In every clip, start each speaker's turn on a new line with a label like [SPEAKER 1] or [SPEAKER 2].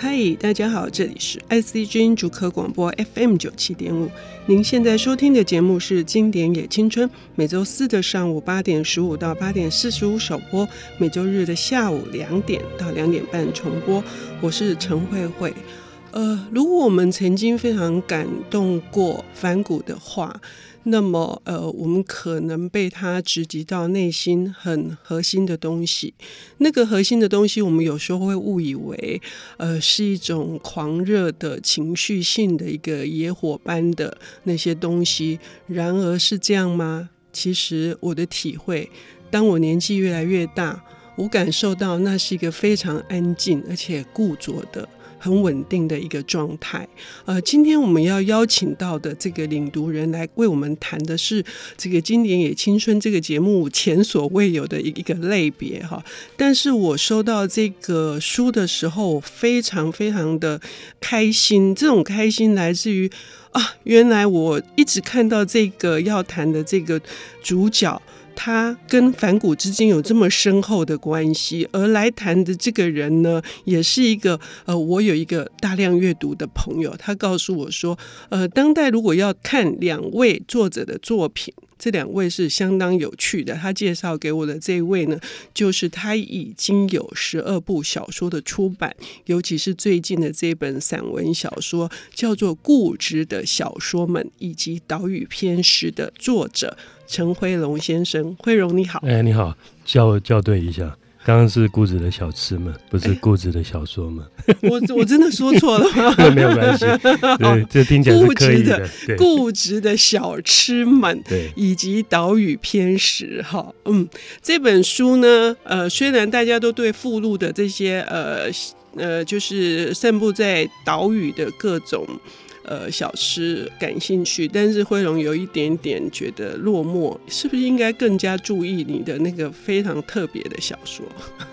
[SPEAKER 1] 嗨，大家好，这里是 ICG 主客广播 FM 97.5。您现在收听的节目是《经典也青春》，每周四的上午8点15到8点45首播，每周日的下午2点到2点半重播。我是陈慧慧。如果我们曾经非常感动过梵谷的话，那么我们可能被他直击到内心很核心的东西。那个核心的东西，我们有时候会误以为是一种狂热的情绪性的一个野火般的那些东西。然而是这样吗？其实我的体会，当我年纪越来越大，我感受到那是一个非常安静而且固着的很稳定的一个状态。今天我们要邀请到的这个领读人来为我们谈的是这个经典也青春这个节目前所未有的一个类别哈。但是我收到这个书的时候，我非常非常的开心，这种开心来自于原来我一直看到这个要谈的这个主角，他跟梵谷之间有这么深厚的关系，而来谈的这个人呢，也是一个我有一个大量阅读的朋友，他告诉我说，当代如果要看2位作者的作品，这2位是相当有趣的。他介绍给我的这一位呢，就是他已经有12部小说的出版，尤其是最近的这本散文小说叫做《固执的小说们》以及《岛屿偏食》的作者陈辉龙先生。辉龙你好。
[SPEAKER 2] 你好，校对一下，刚刚是固执的小吃们，不是固执的小说们。
[SPEAKER 1] 我真的说错了吗？
[SPEAKER 2] 没有关系，对，这听起来是刻意的。
[SPEAKER 1] 固执的小吃们，
[SPEAKER 2] 对，
[SPEAKER 1] 以及岛屿偏食哈。这本书呢，虽然大家都对附录的这些就是散布在岛屿的各种小吃感兴趣，但是辉龙有一点点觉得落寞，是不是应该更加注意你的那个非常特别的小说？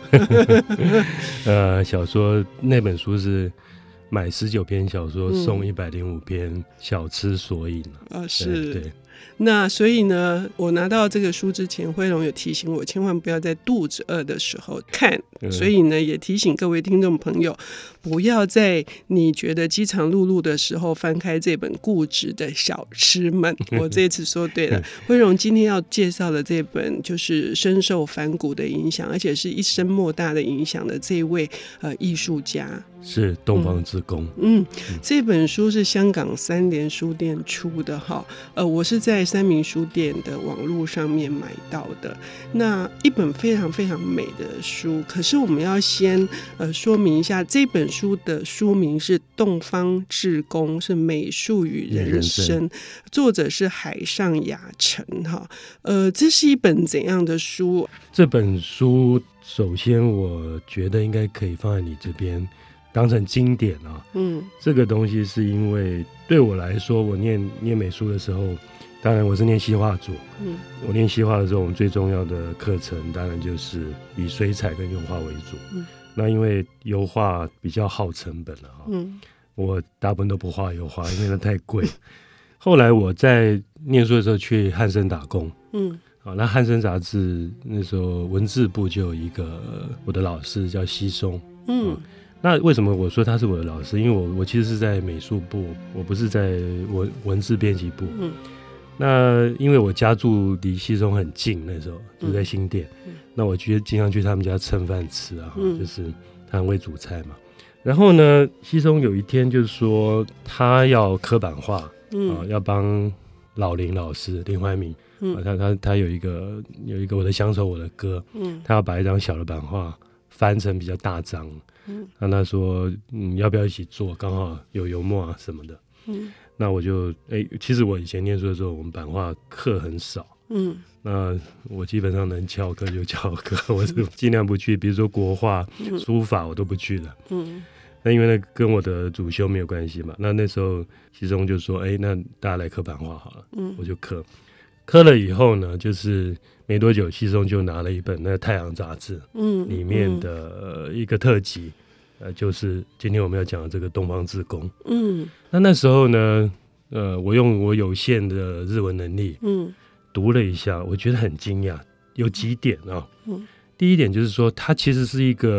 [SPEAKER 2] 小说那本书是买19篇小说送105篇小吃索引
[SPEAKER 1] 是。
[SPEAKER 2] 对。
[SPEAKER 1] 那所以呢，我拿到这个书之前，辉龙有提醒我千万不要在肚子饿的时候看，所以呢也提醒各位听众朋友，不要在你觉得饥肠辘辘的时候翻开这本固执的小吃们。我这次说对了。辉龙今天要介绍的这本就是深受梵谷的影响，而且是一生莫大的影响的这一位艺术家，
[SPEAKER 2] 是东方之宫。
[SPEAKER 1] 这本书是香港3联书店出的哈。我是在三民书店的网络上面买到的，那一本非常非常美的书。可是我们要先说明一下，这本书的书名是《东方之宫》，是美术与人生，作者是海上雅成哈。这是一本怎样的书？
[SPEAKER 2] 这本书首先我觉得应该可以放在你这边当成经典啊。这个东西是因为对我来说，我念美术的时候，当然我是念西画组。我念西画的时候，我们最重要的课程当然就是以水彩跟油画为主。那因为油画比较耗成本了我大部分都不画油画，因为它太贵。后来我在念书的时候去汉森打工。那汉森杂志那时候文字部就有一个我的老师叫西松。那为什么我说他是我的老师？因为我其实是在美术部，我不是在文字编辑部。那因为我家住离西松很近，那时候就在新店。那我经常去他们家蹭饭吃啊，就是他很会煮菜嘛。然后呢，西松有一天就是说他要刻版画，要帮老林老师林怀民。他有一个我的乡愁我的歌。他要把一张小的版画翻成比较大张。那他说要不要一起做，刚好有油墨啊什么的。那我就其实我以前念书的时候，我们版画课很少。那我基本上能翘课就翘课，我就尽量不去，比如说国画、书法我都不去的。那因为那跟我的主修没有关系嘛。那时候西松就说那大家来刻版画好了。我就刻了以后呢，就是没多久西松就拿了一本那个太阳杂志里面的一个特辑，就是今天我们要讲的这个东方之宫。那时候呢我用我有限的日文能力读了一下，我觉得很惊讶，有几点啊。第一点就是说它其实是一个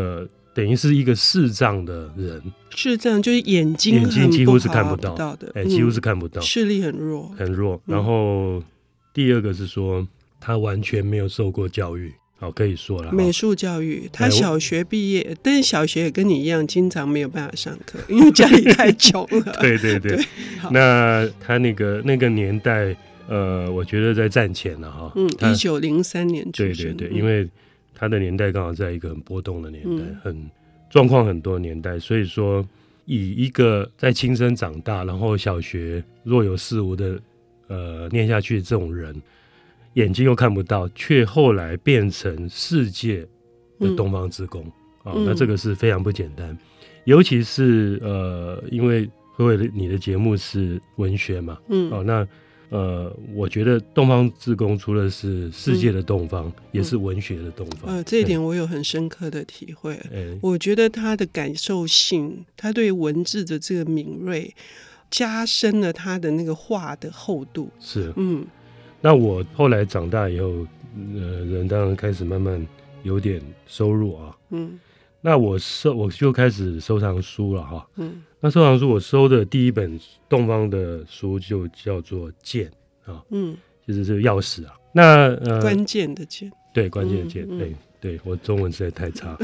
[SPEAKER 2] 等于是一个视障的人，
[SPEAKER 1] 视障就是眼睛
[SPEAKER 2] 几乎是看不到
[SPEAKER 1] 的，
[SPEAKER 2] 几乎是看不到，
[SPEAKER 1] 视力很弱，
[SPEAKER 2] 很弱。然后第二个是说他完全没有受过教育，可以说了
[SPEAKER 1] 美术教育，他小学毕业，但是小学也跟你一样，经常没有办法上课，因为家里太穷了。
[SPEAKER 2] 对，那他那个年代，我觉得在战前了哈
[SPEAKER 1] ，1903年出生，
[SPEAKER 2] 对，因为他的年代刚好在一个很波动的年代，很状况很多的年代，所以说以一个在亲生长大，然后小学若有似无的念下去的这种人，眼睛又看不到，却后来变成世界的东方之光那这个是非常不简单。尤其是因为慧慧你的节目是文学嘛，那我觉得东方之光除了是世界的东方，也是文学的东方。
[SPEAKER 1] 这一点我有很深刻的体会。我觉得他的感受性，他对文字的这个敏锐，加深了他的那个画的厚度。
[SPEAKER 2] 是，那我后来长大以后，人当然开始慢慢有点收入啊。那我就开始收藏书了哈。那收藏书我收的第一本东方的书就叫做《剑》啊，就是这个钥匙啊。那
[SPEAKER 1] 关键的剑，
[SPEAKER 2] 对，关键的剑，对，我中文实在太差。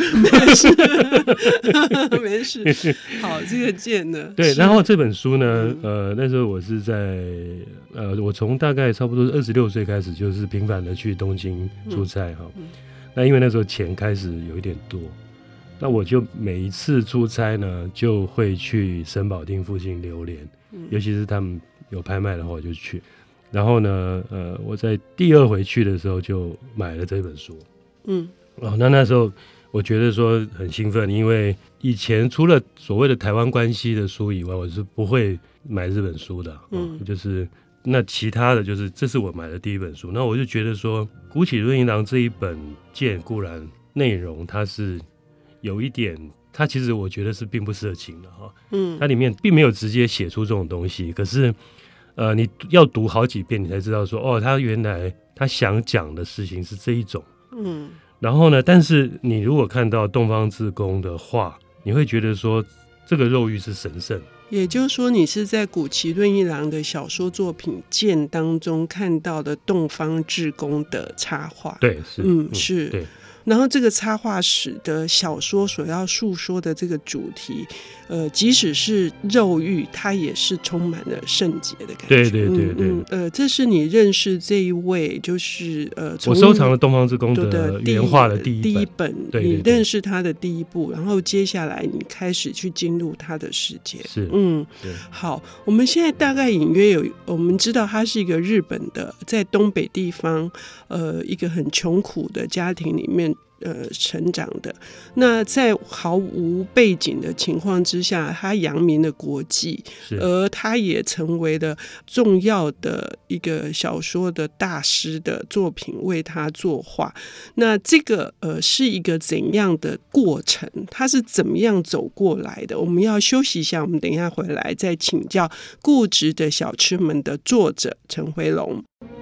[SPEAKER 1] 没事。好，这个剑呢？
[SPEAKER 2] 对，然后这本书呢，那时候我是在我从大概差不多26岁开始，就是频繁的去东京出差哈。那因为那时候钱开始有一点多。那我就每一次出差呢，就会去神保町附近流连，尤其是他们有拍卖的话，我就去。然后呢，我在第二回去的时候就买了这本书。那时候我觉得说很兴奋，因为以前除了所谓的台湾关系的书以外，我是不会买日本书的。就是那其他的就是这是我买的第一本书。那我就觉得说，谷崎润一郎这一本《剑》固然内容它是有一点，它其实我觉得是并不色情的哈，它里面并没有直接写出这种东西，可是你要读好几遍，你才知道说，他原来他想讲的事情是这一种，然后呢，但是你如果看到东方之光的话，你会觉得说这个肉欲是神圣。
[SPEAKER 1] 也就是说，你是在谷崎润一郎的小说作品《剑》当中看到的东方之光的插画。
[SPEAKER 2] 对，是，
[SPEAKER 1] 是，
[SPEAKER 2] 对。
[SPEAKER 1] 然后这个插画史的小说所要诉说的这个主题，即使是肉欲，它也是充满了圣洁的感觉。对，这是你认识这一位，就是
[SPEAKER 2] 我收藏了东方之光的原画的第一本，
[SPEAKER 1] 你认识他的第一部，然后接下来你开始去进入他的世界。
[SPEAKER 2] 是，
[SPEAKER 1] 好，我们现在大概隐约我们知道他是一个日本的，在东北地方，一个很穷苦的家庭里面。成长的，那在毫无背景的情况之下，他扬名了国际，而他也成为了重要的一个小说的大师的作品为他作画。那这个是一个怎样的过程？他是怎么样走过来的？我们要休息一下，我们等一下回来再请教《固执的小吃们》的作者陈辉龙。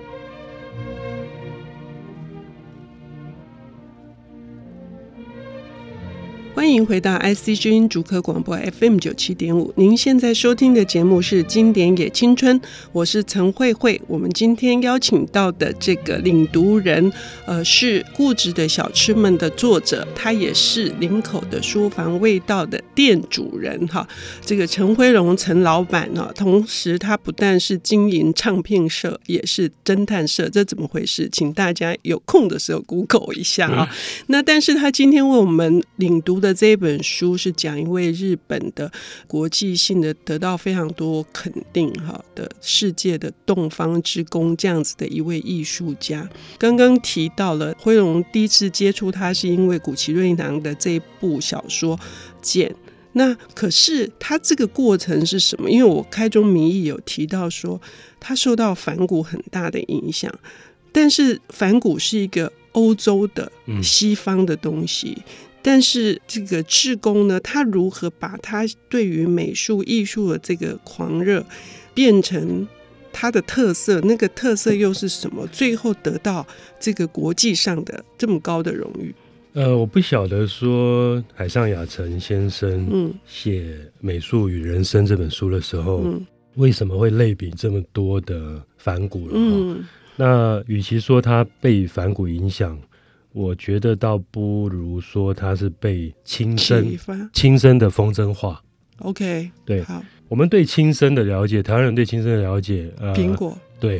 [SPEAKER 1] 欢迎回到 IC 之音竹科广播 FM97.5， 您现在收听的节目是经典也青春，我是陈慧慧。我们今天邀请到的这个领读人，是固执的小吃们的作者，他也是林口的书房味道的店主人哈。这个陈辉龙陈老板同时他不但是经营唱片社，也是侦探社，这怎么回事？请大家有空的时候 Google 一下啊。那但是他今天为我们领读的这本书是讲一位日本的国际性的得到非常多肯定的世界的东方之光这样子的一位艺术家。刚刚提到了辉龙第一次接触他是因为谷崎润一郎的这一部小说《剑》，那可是他这个过程是什么？因为我开宗明义有提到说他受到梵谷很大的影响，但是梵谷是一个欧洲的西方的东西，但是这个志工呢，他如何把他对于美术艺术的这个狂热变成他的特色，那个特色又是什么？最后得到这个国际上的这么高的荣誉。
[SPEAKER 2] 我不晓得说海上雅成先生写《美术与人生》这本书的时候，为什么会类比这么多的反骨了。那与其说他被反骨影响，我觉得倒不如说他是被轻生的风筝画。
[SPEAKER 1] OK，
[SPEAKER 2] 对，
[SPEAKER 1] 好，
[SPEAKER 2] 我们对轻生的了解，台湾人对轻生的了解，
[SPEAKER 1] 苹果，
[SPEAKER 2] 对，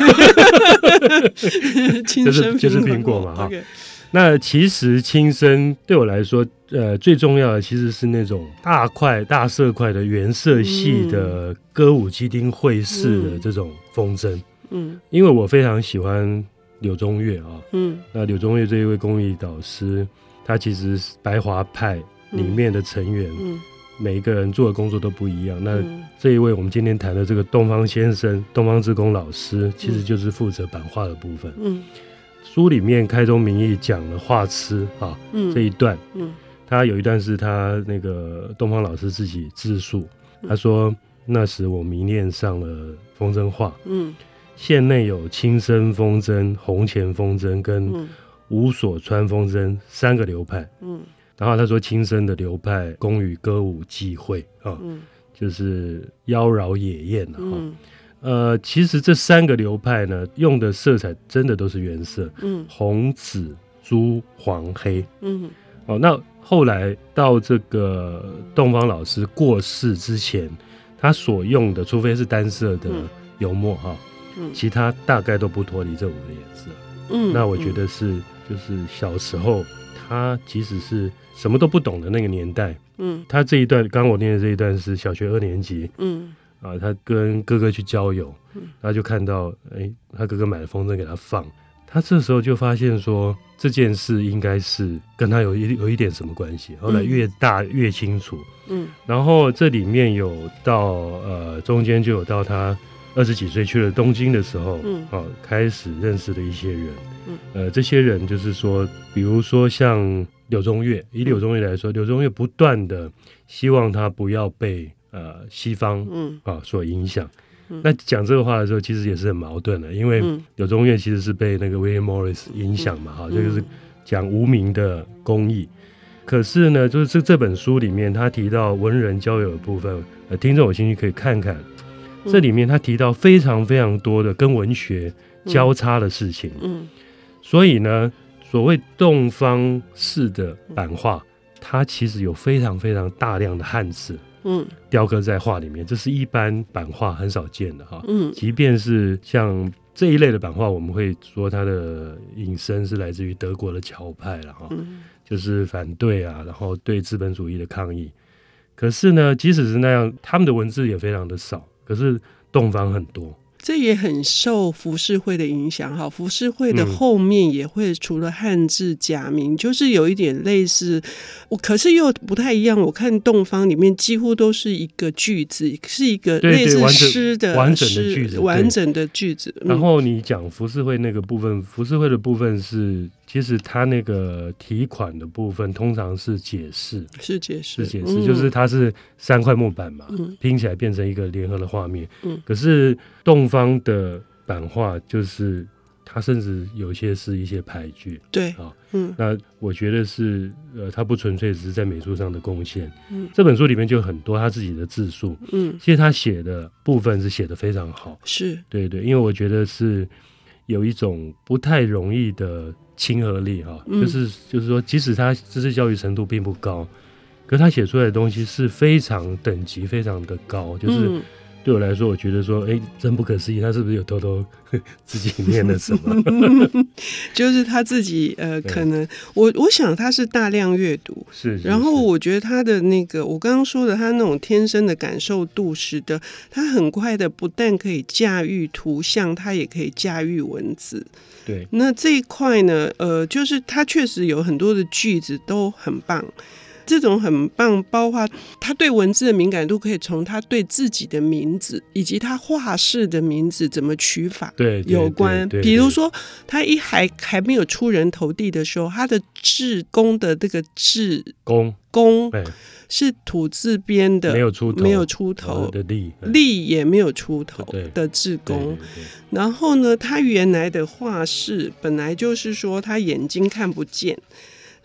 [SPEAKER 1] 就是
[SPEAKER 2] 苹果嘛，哈。
[SPEAKER 1] Okay。
[SPEAKER 2] 那其实轻生对我来说，最重要的其实是那种大色块的原色系的歌舞伎町会式的这种风筝。因为我非常喜欢柳宗悦啊，那柳宗悦这一位公益导师，他其实是白华派里面的成员，每一个人做的工作都不一样。那这一位我们今天谈的这个东方先生，东方志功老师，其实就是负责版画的部分。书里面开宗明义讲了画痴啊，这一段，他有一段是他那个东方老师自己自述，他说那时我迷恋上了风筝画，县内有青森风筝、红前风筝跟五所川风筝3个流派，然后他说青森的流派工于歌舞伎会啊，就是妖娆野艳啊，其实这3个流派呢，用的色彩真的都是原色，红、紫、朱、黄、黑，那后来到这个东方老师过世之前，他所用的，除非是单色的油墨哈，其他大概都不脱离这5个颜色。那我觉得就是小时候他即使是什么都不懂的那个年代，他这一段刚我念的这一段是小学2年级，他跟哥哥去郊游，他就看到他哥哥买了风筝给他放，他这时候就发现说这件事应该是跟他有一点什么关系，后来越大越清楚，然后这里面有到中间就有到他20几岁去了东京的时候，开始认识了一些人，这些人就是说，比如说像柳宗悦，以柳宗悦来说，柳宗悦不断的希望他不要被西方所影响。那讲这个话的时候，其实也是很矛盾的，因为柳宗悦其实是被那个 William Morris 影响嘛，这个是讲无名的公益。可是呢，就是这本书里面他提到文人交友的部分，听众有兴趣可以看看。这里面他提到非常非常多的跟文学交叉的事情，所以呢，所谓东方式的版画，它其实有非常非常大量的汉字，雕刻在画里面，这是一般版画很少见的哈。即便是像这一类的版画，我们会说它的引申是来自于德国的侨派了哈，就是反对啊，然后对资本主义的抗议。可是呢，即使是那样，他们的文字也非常的少。可是东方很多，
[SPEAKER 1] 这也很受浮世绘的影响哈。浮世绘的后面也会除了汉字假名，就是有一点类似，可是又不太一样。我看东方里面几乎都是一个句子，是一个类似诗的
[SPEAKER 2] 完整的句子，
[SPEAKER 1] 完整的句子。
[SPEAKER 2] 然后你讲浮世绘那个部分，浮世绘的部分是，其实它那个题款的部分通常是解释，就是它是3块木板嘛，拼起来变成一个联合的画面。可是东方的版画就是它甚至有些是一些俳句，
[SPEAKER 1] 对啊，
[SPEAKER 2] 那我觉得是它不纯粹只是在美术上的贡献。这本书里面就有很多他自己的自述，其实他写的部分是写得非常好，
[SPEAKER 1] 是
[SPEAKER 2] 对，因为我觉得是有一种不太容易的亲和力哈，就是说，即使他知识教育程度并不高，可是他写出来的东西是非常等级非常的高，就是对我来说，我觉得说，真不可思议，他是不是有偷偷自己念了什么？
[SPEAKER 1] 就是他自己可能我想他是大量阅读，
[SPEAKER 2] 是，
[SPEAKER 1] 然后我觉得他的那个我刚刚说的，他那种天生的感受度，使得他很快的不但可以驾驭图像，他也可以驾驭文字。
[SPEAKER 2] 对，
[SPEAKER 1] 那这一块呢，就是他确实有很多的句子都很棒。这种很棒，包括他对文字的敏感度，可以从他对自己的名字以及他画室的名字怎么取法有关。比如说，他还没有出人头地的时候，他的志工的这个志工是土字边的，没有出头
[SPEAKER 2] 的
[SPEAKER 1] 力也没有出头的志工。然后呢，他原来的画室本来就是说他眼睛看不见。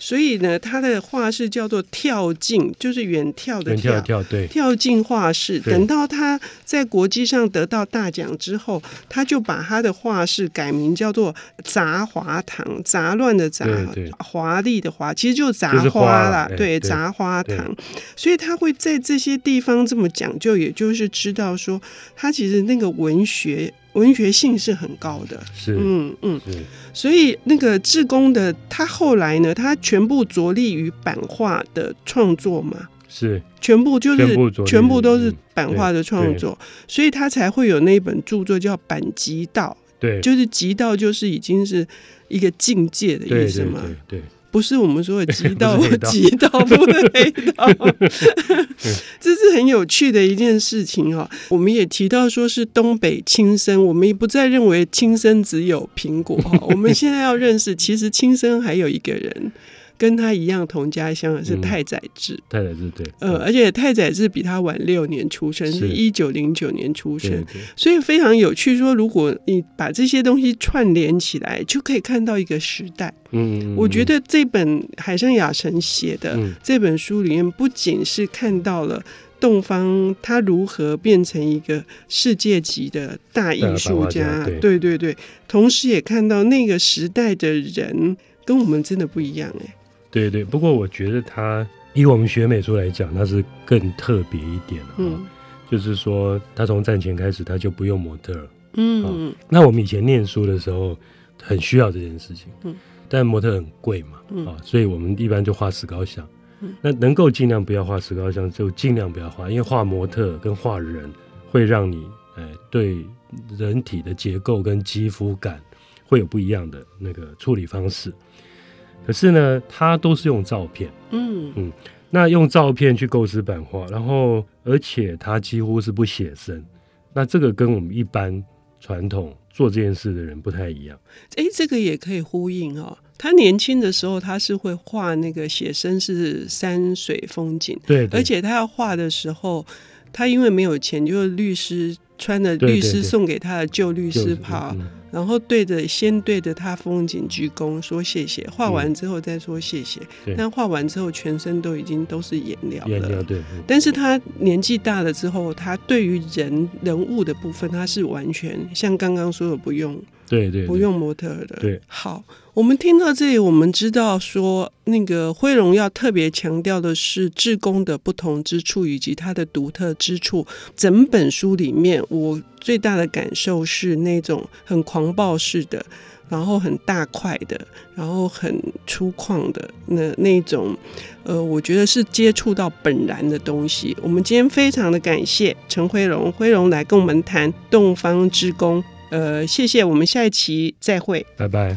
[SPEAKER 1] 所以呢，他的画室叫做跳镜，就是远眺的跳，
[SPEAKER 2] 对，
[SPEAKER 1] 跳镜画室。等到他在国际上得到大奖之后，他就把他的画室改名叫做杂华堂，杂乱的杂，华丽的华，其实就杂花啦，对，杂花堂。所以他会在这些地方这么讲究，也就是知道说，他其实那个文学性是很高的，
[SPEAKER 2] 是，
[SPEAKER 1] 所以那个志工的他后来呢，他全部着力于版画的创作嘛，
[SPEAKER 2] 是
[SPEAKER 1] 全部都是版画的创作，所以他才会有那本著作叫《版极道》，对，就是极道就是已经是一个境界的意思嘛，对。不是我们说的极道或极道，不是黑道，这是很有趣的一件事情哈。我们也提到说是东北青森，我们也不再认为青森只有苹果哈。我们现在要认识，其实青森还有一个人跟他一样同家乡的是太宰治，
[SPEAKER 2] 太宰治对，
[SPEAKER 1] 而且太宰治比他晚6年出生，是1909年出生，所以非常有趣。说如果你把这些东西串联起来，就可以看到一个时代。我觉得这本海上雅成写的这本书里面，不仅是看到了洞方他如何变成一个世界级的大艺术家，对，同时也看到那个时代的人跟我们真的不一样
[SPEAKER 2] 对，不过我觉得他以我们学美术来讲，他是更特别一点就是说他从战前开始他就不用模特儿，那我们以前念书的时候很需要这件事情，但模特很贵嘛，所以我们一般就画石膏像，那能够尽量不要画石膏像就尽量不要画，因为画模特跟画人会让你对人体的结构跟肌肤感会有不一样的那个处理方式。可是呢，他都是用照片，那用照片去构思版画，然后而且他几乎是不写生，那这个跟我们一般传统做这件事的人不太一样。
[SPEAKER 1] 这个也可以呼应他年轻的时候他是会画那个写生是山水风景，对，而且他要画的时候，他因为没有钱，就是律师穿了律师送给他的旧律师袍，然后先对着他风景鞠躬说谢谢，画完之后再说谢谢，但画完之后全身都已经都是颜料了，但是他年纪大了之后，他对于人物的部分他是完全像刚刚说的不用模特的。对，好，我们听到这里，我们知道说那个辉荣要特别强调的是志工的不同之处以及它的独特之处。整本书里面我最大的感受是那种很狂暴式的，然后很大块的，然后很粗犷的那种我觉得是接触到本然的东西。我们今天非常的感谢陈辉荣来跟我们谈洞方之工，谢谢，我们下一期再会，
[SPEAKER 2] 拜拜。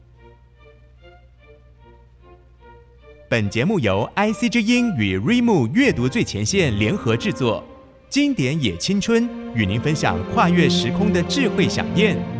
[SPEAKER 3] 本节目由 IC 之音与 Reimu 阅读最前线联合制作，经典也青春与您分享跨越时空的智慧想念。